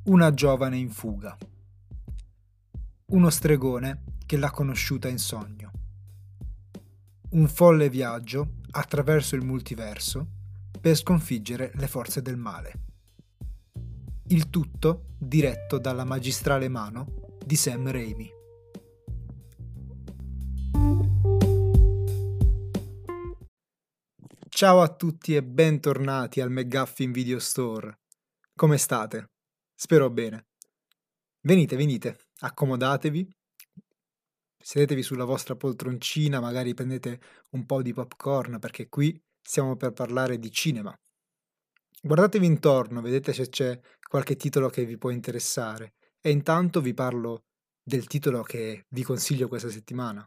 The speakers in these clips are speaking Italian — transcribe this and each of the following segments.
Una giovane in fuga. Uno stregone che l'ha conosciuta in sogno. Un folle viaggio attraverso il multiverso per sconfiggere le forze del male. Il tutto diretto dalla magistrale mano di Sam Raimi. Ciao a tutti e bentornati al McGuffin Video Store. Come state? Spero bene. Venite, accomodatevi, sedetevi sulla vostra poltroncina, magari prendete un po' di popcorn perché qui stiamo per parlare di cinema. Guardatevi intorno, vedete se c'è qualche titolo che vi può interessare e intanto vi parlo del titolo che vi consiglio questa settimana.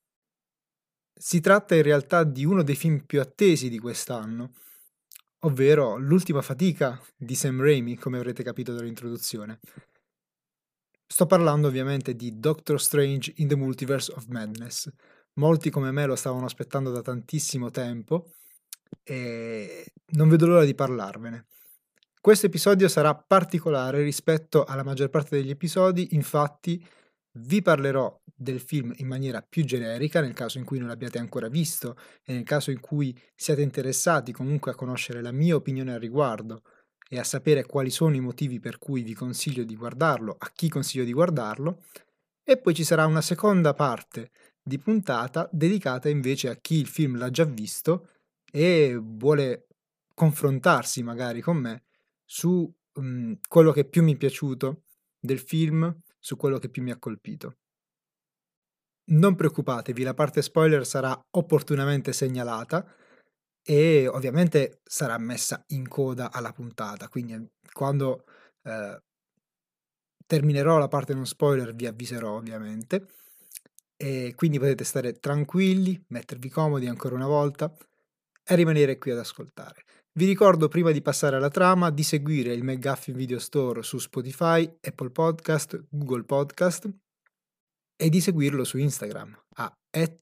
Si tratta in realtà di uno dei film più attesi di quest'anno, ovvero L'ultima fatica di Sam Raimi, come avrete capito dall'introduzione. Sto parlando ovviamente di Doctor Strange in the Multiverse of Madness. Molti come me lo stavano aspettando da tantissimo tempo e non vedo l'ora di parlarvene. Questo episodio sarà particolare rispetto alla maggior parte degli episodi, infatti vi parlerò del film in maniera più generica nel caso in cui non l'abbiate ancora visto e nel caso in cui siate interessati comunque a conoscere la mia opinione al riguardo e a sapere quali sono i motivi per cui vi consiglio di guardarlo, a chi consiglio di guardarlo, e poi ci sarà una seconda parte di puntata dedicata invece a chi il film l'ha già visto e vuole confrontarsi magari con me su quello che più mi è piaciuto del film, su quello che più mi ha colpito. Non preoccupatevi, la parte spoiler sarà opportunamente segnalata e ovviamente sarà messa in coda alla puntata, quindi quando terminerò la parte non spoiler vi avviserò ovviamente e quindi potete stare tranquilli, mettervi comodi ancora una volta e rimanere qui ad ascoltare. Vi ricordo prima di passare alla trama di seguire il McGuffin Video Store su Spotify, Apple Podcast, Google Podcast e di seguirlo su Instagram a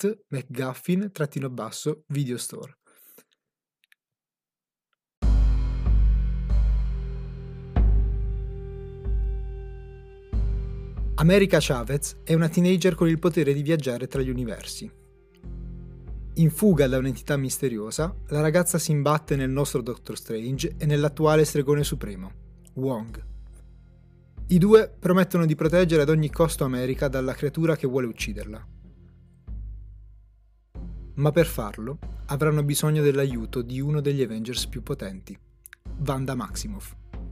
@McGuffin_videostore. America Chavez è una teenager con il potere di viaggiare tra gli universi. In fuga da un'entità misteriosa, la ragazza si imbatte nel nostro Doctor Strange e nell'attuale stregone supremo, Wong. I due promettono di proteggere ad ogni costo America dalla creatura che vuole ucciderla. Ma per farlo avranno bisogno dell'aiuto di uno degli Avengers più potenti, Wanda Maximoff.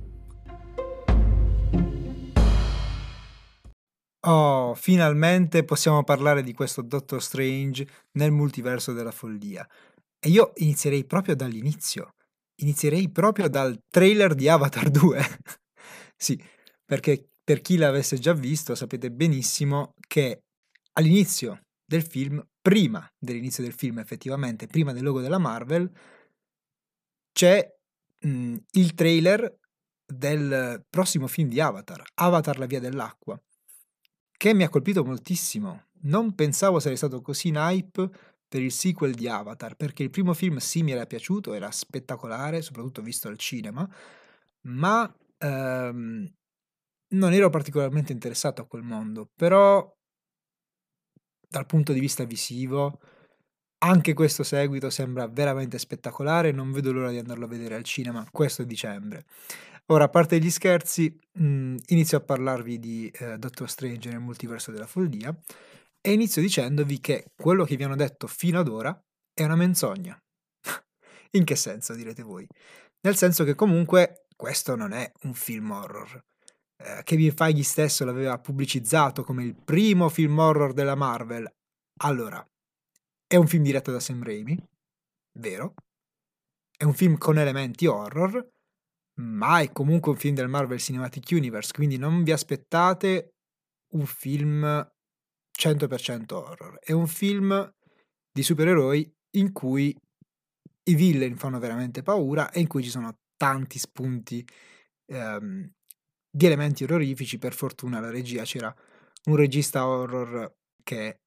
Oh, finalmente possiamo parlare di questo Doctor Strange nel multiverso della follia. E io inizierei proprio dall'inizio. Inizierei proprio dal trailer di Avatar 2. Sì, perché per chi l'avesse già visto sapete benissimo che all'inizio del film, prima dell'inizio del film effettivamente, prima del logo della Marvel, c'è il trailer del prossimo film di Avatar, Avatar la via dell'acqua, che mi ha colpito moltissimo. Non pensavo sarei stato così in hype per il sequel di Avatar, perché il primo film sì mi era piaciuto, era spettacolare, soprattutto visto al cinema, ma non ero particolarmente interessato a quel mondo, però dal punto di vista visivo anche questo seguito sembra veramente spettacolare, non vedo l'ora di andarlo a vedere al cinema questo dicembre. Ora, a parte gli scherzi, inizio a parlarvi di Doctor Strange nel multiverso della follia e inizio dicendovi che quello che vi hanno detto fino ad ora è una menzogna. In che senso, direte voi? Nel senso che comunque questo non è un film horror. Kevin Feige stesso l'aveva pubblicizzato come il primo film horror della Marvel. Allora, è un film diretto da Sam Raimi, vero? È un film con elementi horror, ma è comunque un film del Marvel Cinematic Universe, quindi non vi aspettate un film 100% horror. È un film di supereroi in cui i villain fanno veramente paura e in cui ci sono tanti spunti di elementi orrorifici. Per fortuna la regia c'era un regista horror che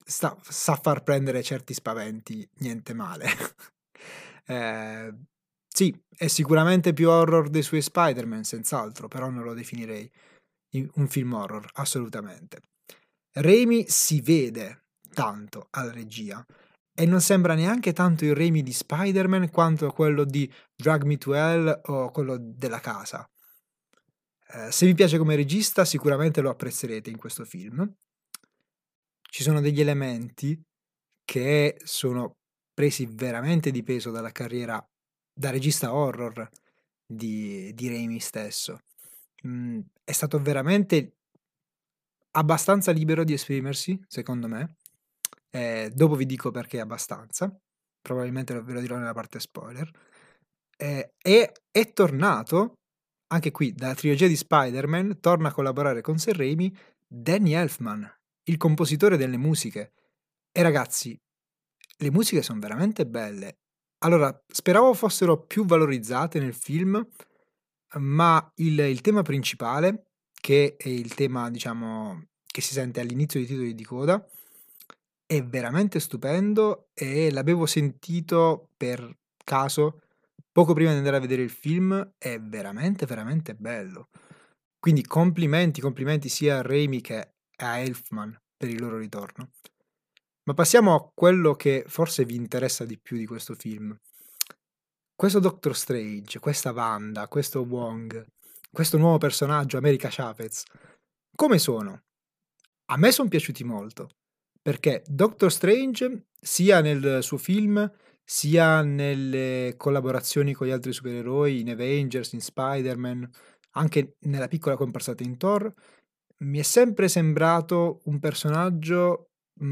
sa far prendere certi spaventi, niente male. Sì, è sicuramente più horror dei suoi Spider-Man, senz'altro, però non lo definirei un film horror, assolutamente. Raimi si vede tanto alla regia e non sembra neanche tanto il Raimi di Spider-Man quanto quello di Drag Me to Hell o quello della casa. Se vi piace come regista sicuramente lo apprezzerete in questo film. Ci sono degli elementi che sono presi veramente di peso dalla carriera da regista horror di Raimi stesso. È stato veramente abbastanza libero di esprimersi, secondo me. Dopo vi dico perché abbastanza, probabilmente ve lo dirò nella parte spoiler. E è tornato, anche qui, dalla trilogia di Spider-Man, torna a collaborare con Sam Raimi Danny Elfman, il compositore delle musiche. E ragazzi, le musiche sono veramente belle. Allora, speravo fossero più valorizzate nel film, ma il tema principale, che è il tema, diciamo, che si sente all'inizio dei titoli di coda, è veramente stupendo e l'avevo sentito per caso poco prima di andare a vedere il film, è veramente, veramente bello. Quindi complimenti sia a Raimi che a Elfman per il loro ritorno. Ma passiamo a quello che forse vi interessa di più di questo film. Questo Doctor Strange, questa Wanda, questo Wong, questo nuovo personaggio, America Chavez, come sono? A me son piaciuti molto, perché Doctor Strange, sia nel suo film, sia nelle collaborazioni con gli altri supereroi, in Avengers, in Spider-Man, anche nella piccola comparsata in Thor, mi è sempre sembrato un personaggio,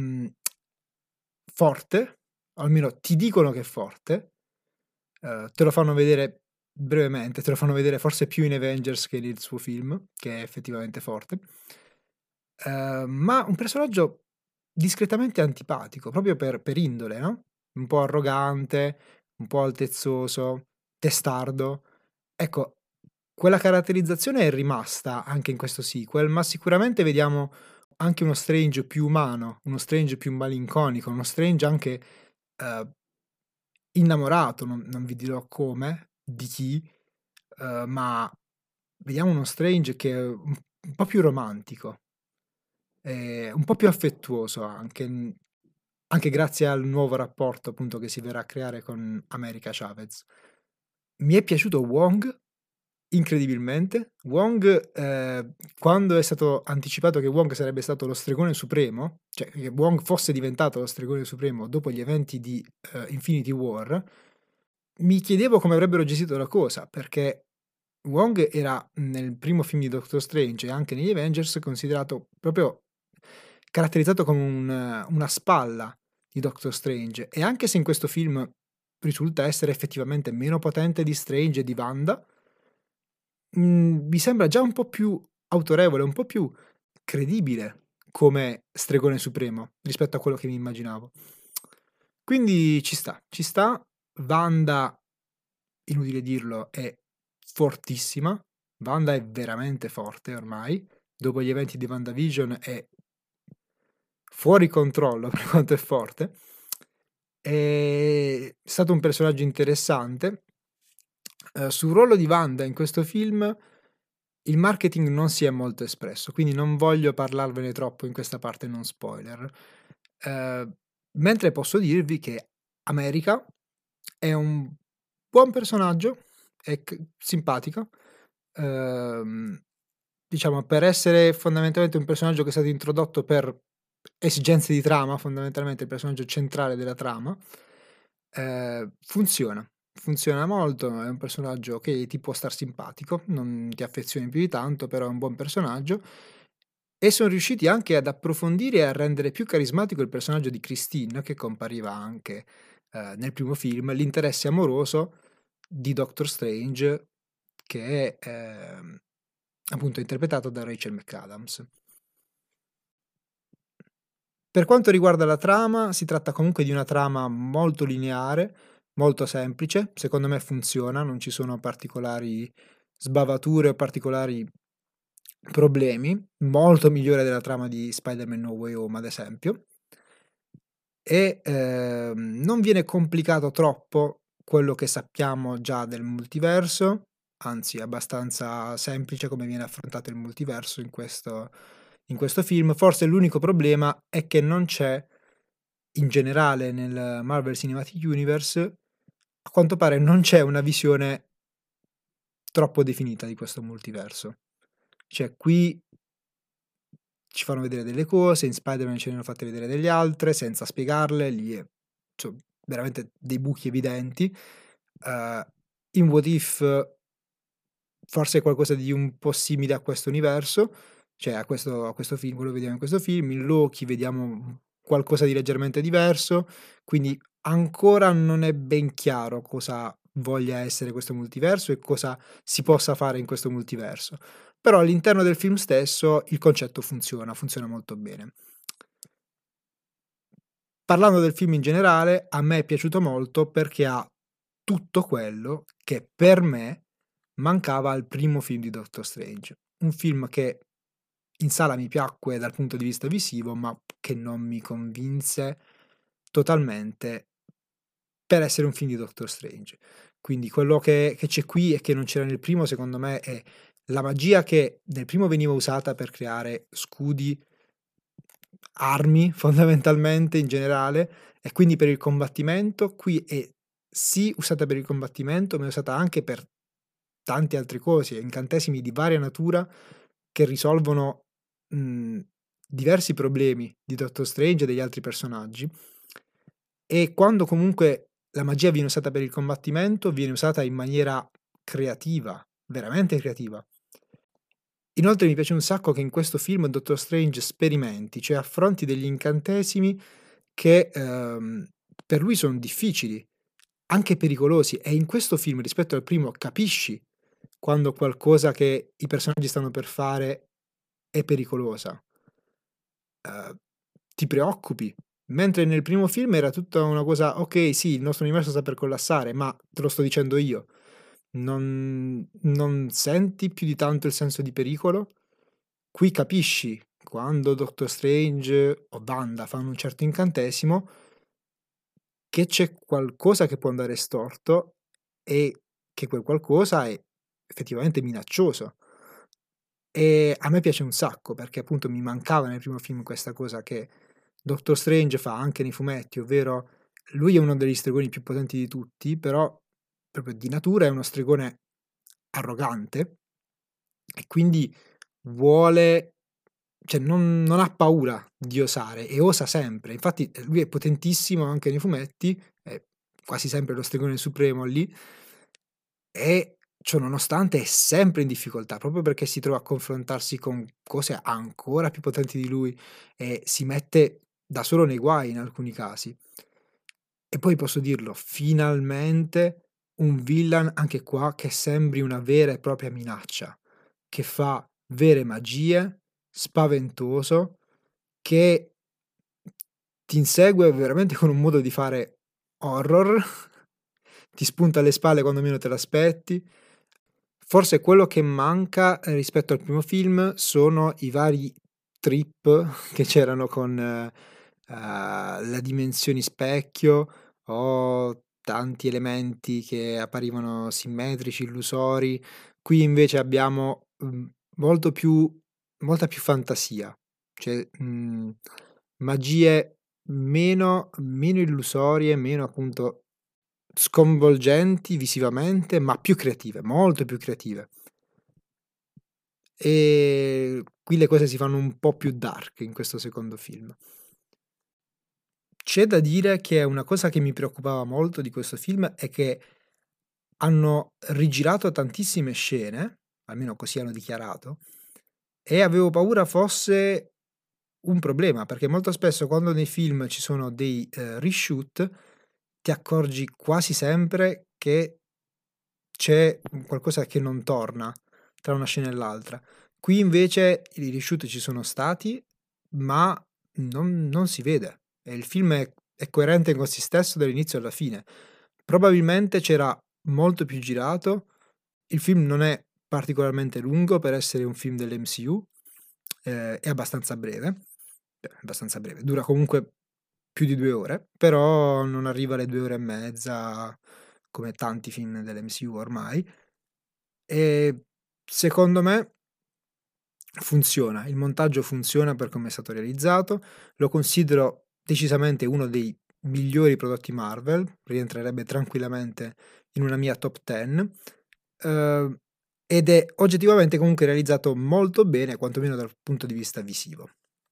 forte, almeno ti dicono che è forte, te lo fanno vedere brevemente, te lo fanno vedere forse più in Avengers che nel suo film, che è effettivamente forte. Ma un personaggio discretamente antipatico, proprio per indole, no, un po' arrogante, un po' altezzoso, testardo. Ecco, quella caratterizzazione è rimasta anche in questo sequel, ma sicuramente vediamo anche uno Strange più umano, uno Strange più malinconico, uno Strange anche, ehm, innamorato, non vi dirò come, di chi, ma vediamo uno Strange che è un po' più romantico. Un po' più affettuoso anche, anche grazie al nuovo rapporto appunto che si verrà a creare con America Chavez. Mi è piaciuto Wong incredibilmente. Wong, quando è stato anticipato che Wong sarebbe stato lo stregone supremo, cioè che Wong fosse diventato lo stregone supremo dopo gli eventi di, Infinity War, mi chiedevo come avrebbero gestito la cosa, perché Wong era nel primo film di Doctor Strange e anche negli Avengers considerato proprio caratterizzato come una spalla di Doctor Strange, e anche se in questo film risulta essere effettivamente meno potente di Strange e di Wanda, mi sembra già un po' più autorevole, un po' più credibile come stregone supremo rispetto a quello che mi immaginavo. Quindi ci sta, ci sta. Wanda, inutile dirlo, è fortissima. Wanda è veramente forte ormai. Dopo gli eventi di WandaVision è fuori controllo per quanto è forte. È stato un personaggio interessante. Sul ruolo di Wanda in questo film il marketing non si è molto espresso, quindi non voglio parlarvene troppo in questa parte non spoiler. Mentre posso dirvi che America è un buon personaggio, è simpatica. Ehm, diciamo, per essere fondamentalmente un personaggio che è stato introdotto per esigenze di trama, fondamentalmente il personaggio centrale della trama, funziona. Funziona molto, è un personaggio che ti può star simpatico, non ti affezioni più di tanto, però è un buon personaggio. E son riusciti anche ad approfondire e a rendere più carismatico il personaggio di Christine, che compariva anche, nel primo film, l'interesse amoroso di Doctor Strange, che è, appunto interpretato da Rachel McAdams. Per quanto riguarda la trama, si tratta comunque di una trama molto lineare, molto semplice, secondo me funziona, non ci sono particolari sbavature o particolari problemi, molto migliore della trama di Spider-Man No Way Home ad esempio, e, non viene complicato troppo quello che sappiamo già del multiverso, anzi è abbastanza semplice come viene affrontato il multiverso in questo film. Forse l'unico problema è che non c'è, in generale nel Marvel Cinematic Universe, a quanto pare non c'è una visione troppo definita di questo multiverso. Cioè qui ci fanno vedere delle cose, in Spider-Man ce ne hanno fatte vedere delle altre senza spiegarle, lì veramente dei buchi evidenti. In What If forse è qualcosa di un po' simile a questo universo, cioè a questo film, quello che vediamo in questo film. In Loki vediamo qualcosa di leggermente diverso, quindi ancora non è ben chiaro cosa voglia essere questo multiverso e cosa si possa fare in questo multiverso. Però all'interno del film stesso il concetto funziona molto bene. Parlando del film in generale, a me è piaciuto molto perché ha tutto quello che per me mancava al primo film di Doctor Strange. Un film che in sala mi piacque dal punto di vista visivo, ma che non mi convinse totalmente per essere un film di Doctor Strange. Quindi quello che c'è qui e che non c'era nel primo, secondo me, è la magia che nel primo veniva usata per creare scudi, armi fondamentalmente in generale, e quindi per il combattimento. Qui è sì usata per il combattimento, ma è usata anche per tante altre cose, incantesimi di varia natura che risolvono diversi problemi di Doctor Strange e degli altri personaggi. E quando comunque la magia viene usata per il combattimento, viene usata in maniera creativa, veramente creativa. Inoltre mi piace un sacco che in questo film Doctor Strange sperimenti, cioè affronti degli incantesimi che per lui sono difficili, anche pericolosi, e in questo film rispetto al primo capisci quando qualcosa che i personaggi stanno per fare è pericolosa. Ti preoccupi. Mentre nel primo film era tutta una cosa, ok, sì, il nostro universo sta per collassare, ma te lo sto dicendo io. Non senti più di tanto il senso di pericolo. Qui capisci quando Doctor Strange o Wanda fanno un certo incantesimo che c'è qualcosa che può andare storto e che quel qualcosa è effettivamente minaccioso. E a me piace un sacco perché appunto mi mancava nel primo film questa cosa che Doctor Strange fa anche nei fumetti, ovvero lui è uno degli stregoni più potenti di tutti, però proprio di natura è uno stregone arrogante e quindi vuole, cioè non ha paura di osare e osa sempre. Infatti lui è potentissimo anche nei fumetti, è quasi sempre lo stregone supremo lì, e ciò nonostante è sempre in difficoltà, proprio perché si trova a confrontarsi con cose ancora più potenti di lui e si mette da solo nei guai in alcuni casi. E poi posso dirlo, finalmente un villain anche qua che sembri una vera e propria minaccia, che fa vere magie, spaventoso, che ti insegue veramente con un modo di fare horror, ti spunta alle spalle quando meno te l'aspetti. Forse quello che manca, rispetto al primo film sono i vari trip che c'erano con, la dimensioni specchio o tanti elementi che apparivano simmetrici, illusori. Qui invece abbiamo, molto più molta più fantasia, cioè, magie meno illusorie, meno appunto sconvolgenti visivamente, ma più creative, molto più creative. Qui le cose si fanno un po' più dark in questo secondo film. C'è da dire che una cosa che mi preoccupava molto di questo film è che hanno rigirato tantissime scene, almeno così hanno dichiarato, e avevo paura fosse un problema, perché molto spesso quando nei film ci sono dei, reshoot, ti accorgi quasi sempre che c'è un qualcosa che non torna tra una scena e l'altra. Qui invece i reshoot ci sono stati, ma non si vede e il film è coerente con se stesso dall'inizio alla fine. Probabilmente c'era molto più girato, il film non è particolarmente lungo per essere un film dell'MCU, è abbastanza breve, dura comunque più di 2 ore, però non arriva alle 2 ore e mezza come tanti film dell'MCU ormai, e secondo me funziona, il montaggio funziona per come è stato realizzato, lo considero decisamente uno dei migliori prodotti Marvel, rientrerebbe tranquillamente in una mia top 10, ed è oggettivamente comunque realizzato molto bene, quantomeno dal punto di vista visivo.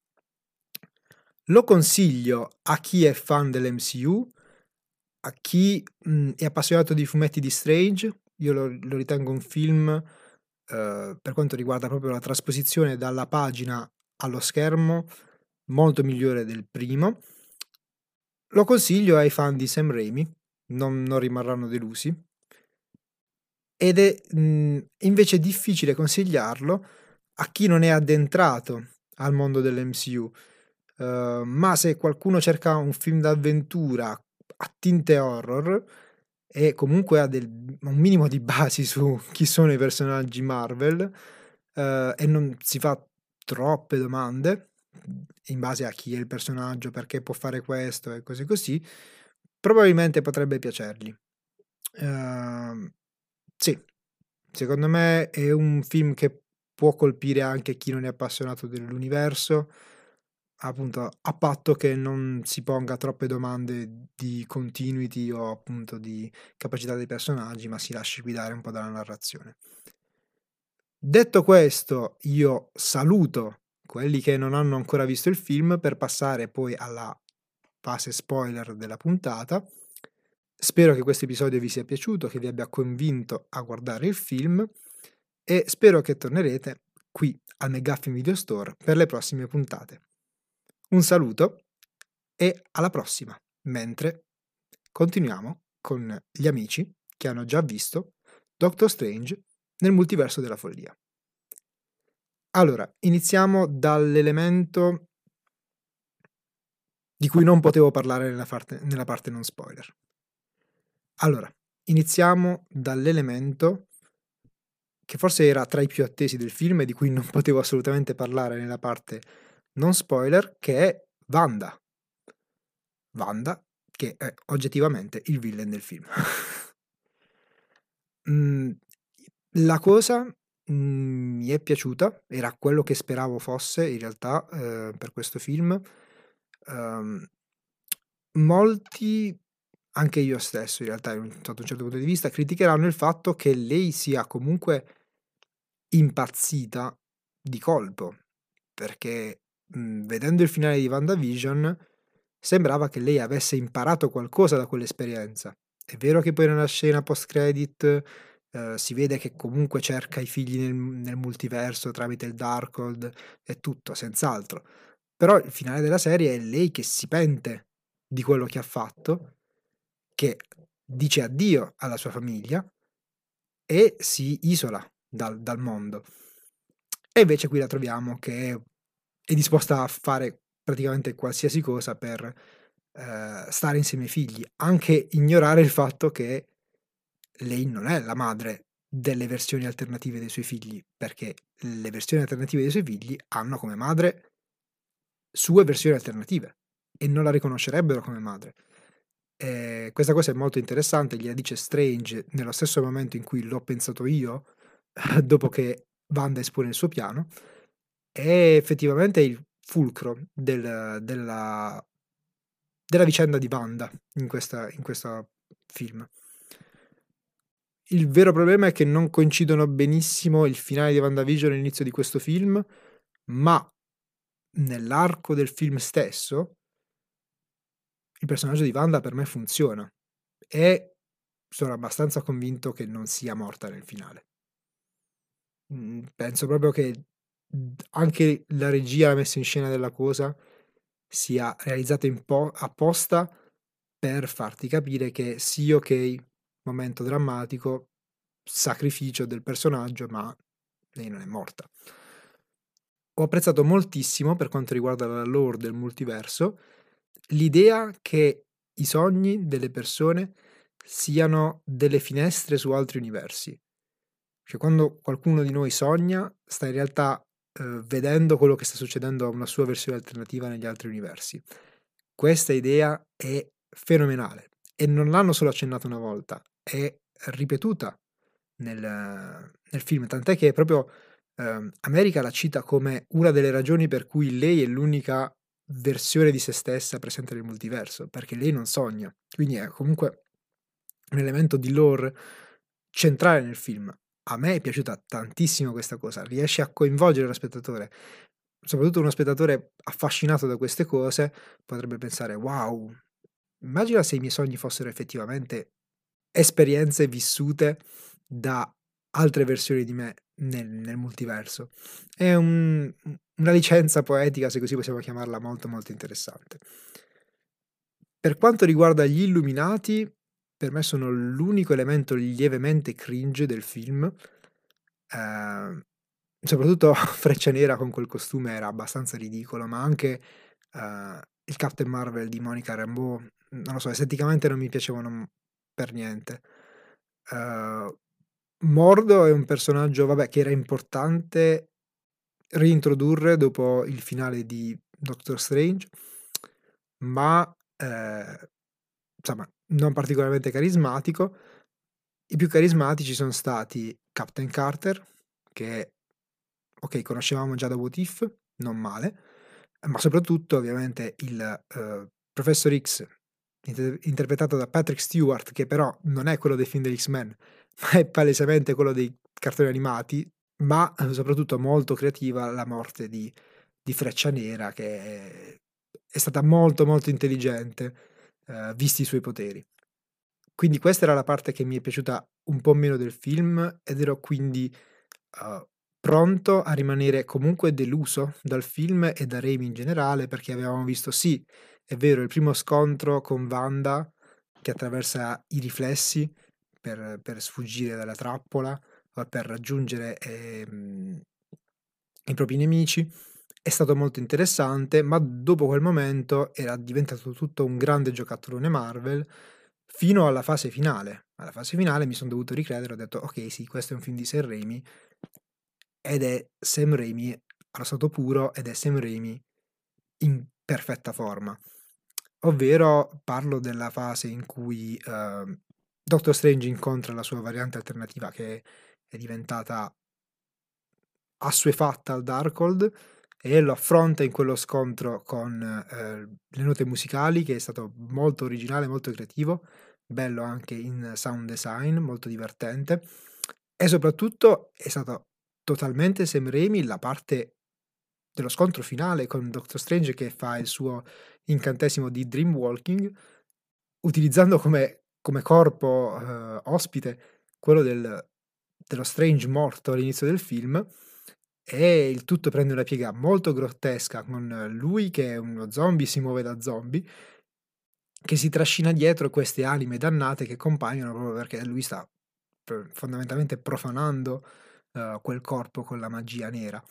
Lo consiglio a chi è fan dell'MCU, a chi è appassionato di fumetti di Strange. Io lo ritengo un film, per quanto riguarda proprio la trasposizione dalla pagina allo schermo, molto migliore del primo. Lo consiglio ai fan di Sam Raimi, non rimarranno delusi. Ed è invece difficile consigliarlo a chi non è addentrato al mondo dell'MCU. Ma se qualcuno cerca un film d'avventura a tinte horror e comunque ha un minimo di basi su chi sono i personaggi Marvel, e non si fa troppe domande in base a chi è il personaggio, perché può fare questo e cose così, probabilmente potrebbe piacergli. Sì, secondo me è un film che può colpire anche chi non è appassionato dell'universo, appunto, a patto che non si ponga troppe domande di continuity o appunto di capacità dei personaggi, ma si lasci guidare un po' dalla narrazione. Detto questo, io saluto quelli che non hanno ancora visto il film per passare poi alla fase spoiler della puntata. Spero che questo episodio vi sia piaciuto, che vi abbia convinto a guardare il film e spero che tornerete qui al McGuffin Video Store per le prossime puntate. Un saluto e alla prossima, mentre continuiamo con gli amici che hanno già visto Doctor Strange nel multiverso della follia. Allora, iniziamo dall'elemento di cui non potevo parlare nella parte non spoiler. Allora, iniziamo dall'elemento che forse era tra i più attesi del film e di cui non potevo assolutamente parlare nella parte non spoiler, che è Wanda. Wanda, che è oggettivamente il villain del film. La cosa mi è piaciuta, era quello che speravo fosse in realtà per questo film. Molti, anche io stesso in realtà sotto un certo punto di vista, criticheranno il fatto che lei sia comunque impazzita di colpo, perché vedendo il finale di WandaVision sembrava che lei avesse imparato qualcosa da quell'esperienza. È vero che poi nella scena post credit si vede che comunque cerca i figli nel multiverso tramite il Darkhold e tutto, senz'altro. Però il finale della serie è lei che si pente di quello che ha fatto, che dice addio alla sua famiglia e si isola dal mondo. E invece qui la troviamo che è disposta a fare praticamente qualsiasi cosa per stare insieme ai figli, anche ignorare il fatto che lei non è la madre delle versioni alternative dei suoi figli, perché le versioni alternative dei suoi figli hanno come madre sue versioni alternative e non la riconoscerebbero come madre. Questa cosa è molto interessante, gliela dice Strange nello stesso momento in cui l'ho pensato io, dopo che Wanda espone il suo piano, è effettivamente il fulcro della vicenda di Wanda in questo film. Il vero problema è che non coincidono benissimo il finale di WandaVision e l'inizio di questo film, ma nell'arco del film stesso il personaggio di Wanda per me funziona e sono abbastanza convinto che non sia morta nel finale. Penso proprio che anche la regia, la messa in scena della cosa sia realizzata apposta per farti capire che sì, ok, momento drammatico, sacrificio del personaggio, ma lei non è morta. Ho apprezzato moltissimo, per quanto riguarda la lore del multiverso, l'idea che i sogni delle persone siano delle finestre su altri universi. Cioè, quando qualcuno di noi sogna, sta in realtà vedendo quello che sta succedendo a una sua versione alternativa negli altri universi. Questa idea è fenomenale e non l'hanno solo accennata una volta, è ripetuta nel film, tant'è che proprio, America la cita come una delle ragioni per cui lei è l'unica versione di se stessa presente nel multiverso, perché lei non sogna. Quindi è comunque un elemento di lore centrale nel film. A me è piaciuta tantissimo questa cosa, riesce a coinvolgere lo spettatore. Soprattutto uno spettatore affascinato da queste cose potrebbe pensare: "Wow, immagina se i miei sogni fossero effettivamente esperienze vissute da altre versioni di me nel multiverso." È una licenza poetica, se così possiamo chiamarla, molto, molto interessante. Per quanto riguarda gli Illuminati, per me sono l'unico elemento lievemente cringe del film. Soprattutto Freccia Nera con quel costume era abbastanza ridicolo, ma anche, il Captain Marvel di Monica Rambeau, non lo so, esteticamente non mi piacevano, per niente. Uhm, Mordo è un personaggio, vabbè, che era importante reintrodurre dopo il finale di Doctor Strange, ma, insomma, non particolarmente carismatico. I più carismatici son stati Captain Carter, che okay, conoscevamo già da What If, non male, ma soprattutto ovviamente il, Professor X, interpretato da Patrick Stewart, che però non è quello dei film degli X-Men, ma è palesemente quello dei cartoni animati, ma, soprattutto molto creativa la morte di Freccia Nera, che è stata molto, molto intelligente, visti i suoi poteri. Quindi questa era la parte che mi è piaciuta un po' meno del film ed ero quindi, uhm, pronto a rimanere comunque deluso dal film e da Raimi in generale, perché avevamo visto, sì, è vero, il primo scontro con Wanda che attraversa i riflessi per sfuggire dalla trappola o per raggiungere, i propri nemici. È stato molto interessante, ma dopo quel momento era diventato tutto un grande giocattolone Marvel, fino alla fase finale. Alla fase finale mi son dovuto ricredere, ho detto: "Okay, sì, questo è un film di Sam Raimi ed è Sam Raimi allo stato puro ed è Sam Raimi in perfetta forma." Ovvero parlo della fase in cui, Doctor Strange incontra la sua variante alternativa che è diventata assuefatta al Darkhold e lo affronta in quello scontro con, le note musicali, che è stato molto originale, molto creativo, bello anche in sound design, molto divertente, e soprattutto è stato totalmente Sam Raimi la parte dello scontro finale con Doctor Strange che fa il suo incantesimo di dream walking, utilizzando come corpo, ospite quello dello Strange morto all'inizio del film, e il tutto prende una piega molto grottesca con lui che è uno zombie, si muove da zombie, che si trascina dietro queste anime dannate che compaiono proprio perché lui sta fondamentalmente profanando, quel corpo con la magia nera.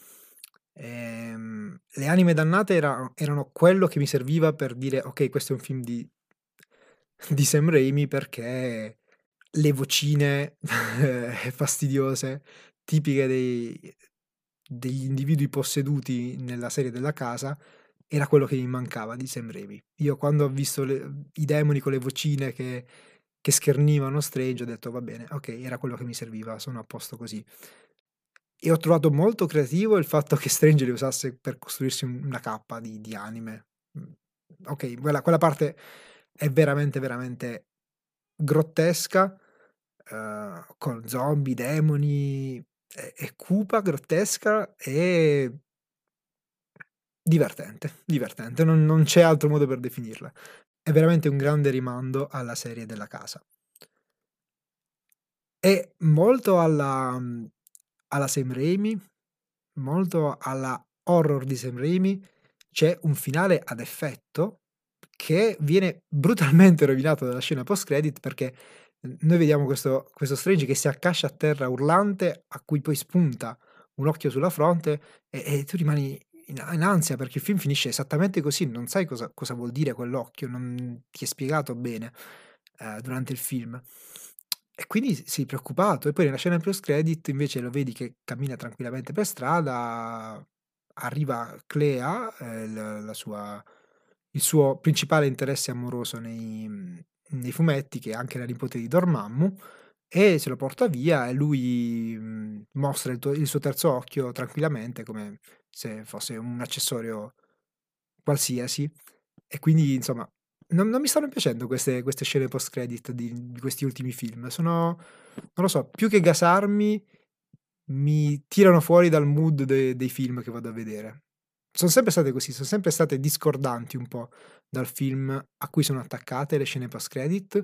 Le anime dannate erano quello che mi serviva per dire: "Okay, questo è un film di Sam Raimi", perché le vocine fastidiose tipiche degli individui posseduti nella serie della casa, era quello che mi mancava di Sam Raimi. Io quando ho visto i demoni con le vocine che schernivano Strange ho detto: "Va bene, okay, era quello che mi serviva, sono a posto così". E ho trovato molto creativo il fatto che Strange le usasse per costruirsi una cappa di anime. Mhmm, okay, quella parte è veramente, veramente grottesca, con zombie, demoni, è cupa, grottesca e divertente, divertente, non c'è altro modo per definirla. È veramente un grande rimando alla serie della casa. E molto alla Sam Raimi, molto alla horror di Sam Raimi, c'è un finale ad effetto che viene brutalmente rovinato dalla scena post credit perché, noi vediamo questo Strange che si accascia a terra urlante, a cui poi spunta un occhio sulla fronte e tu rimani in ansia perché il film finisce esattamente così, non sai cosa vuol dire quell'occhio, non ti è spiegato bene, durante il film. E quindi sei preoccupato e poi nella scena post credit invece lo vedi che cammina tranquillamente per strada, arriva Clea, l la sua il suo principale interesse amoroso nei fumetti, che è anche la nipote di Dormammu, e se lo porta via e lui mostra il suo terzo occhio tranquillamente, come se fosse un accessorio qualsiasi. E quindi insomma non mi stanno piacendo queste scene post credit di questi ultimi film. Sono, non lo so, più che gasarmi, mi tirano fuori dal mood dei film che vado a vedere. Son sempre state così, son sempre state discordanti un po' dal film a cui sono attaccate le scene post credit,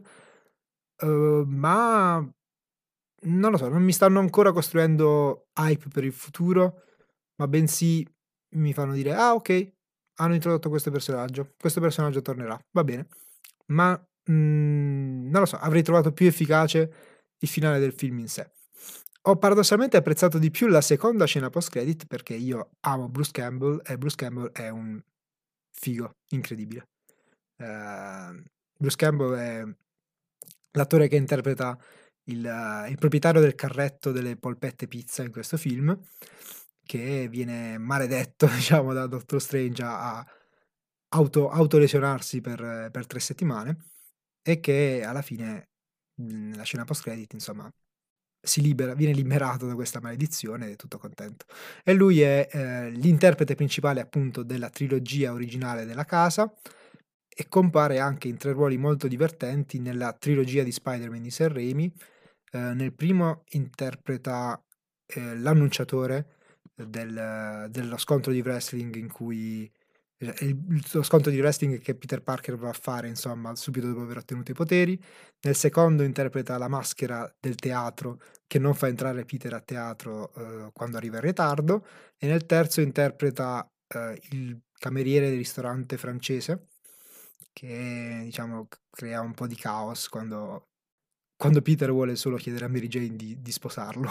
ma non lo so, non mi stanno ancora costruendo hype per il futuro, ma bensì mi fanno dire: "Ah okay, hanno introdotto questo personaggio tornerà, va bene". Ma, non lo so, avrei trovato più efficace il finale del film in sé. Ho paradossalmente apprezzato di più la seconda scena post credit perché io amo Bruce Campbell e Bruce Campbell è un figo incredibile. Ehm, Bruce Campbell è l'attore che interpreta il proprietario del carretto delle polpette pizza in questo film, che viene maledetto diciamo da Doctor Strange a autolesionarsi per 3 settimane e che alla fine, nella scena post credit insomma viene liberato da questa maledizione ed è tutto contento. E lui è, l'interprete principale appunto della trilogia originale della casa e compare anche in 3 ruoli molto divertenti nella trilogia di Spider-Man di Sam Raimi. Nel primo interpreta, l'annunciatore dello scontro di wrestling in cui lo scontro di wrestling che Peter Parker va a fare insomma subito dopo aver ottenuto i poteri. Nel secondo interpreta la maschera del teatro che non fa entrare Peter a teatro, quando arriva in ritardo, e nel terzo interpreta, il cameriere del ristorante francese che diciamo crea un po' di caos quando Peter vuole solo chiedere a Mary Jane di sposarlo.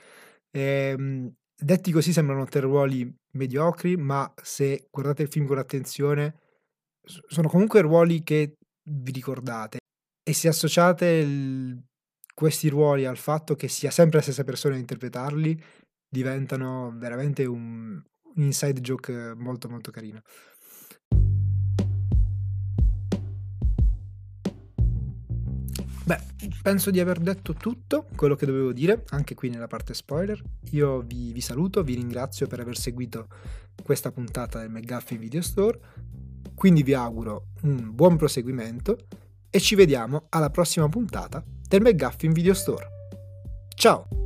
Detti così sembrano 3 ruoli mediocri, ma se guardate il film con attenzione sono comunque ruoli che vi ricordate e se associate questi ruoli al fatto che sia sempre la stessa persona a interpretarli, diventano veramente un inside joke molto, molto carino. Beh, penso di aver detto tutto quello che dovevo dire, anche qui nella parte spoiler. Io vi saluto, vi ringrazio per aver seguito questa puntata del McGuffin Video Store, quindi vi auguro un buon proseguimento e ci vediamo alla prossima puntata del McGuffin Video Store. Ciao!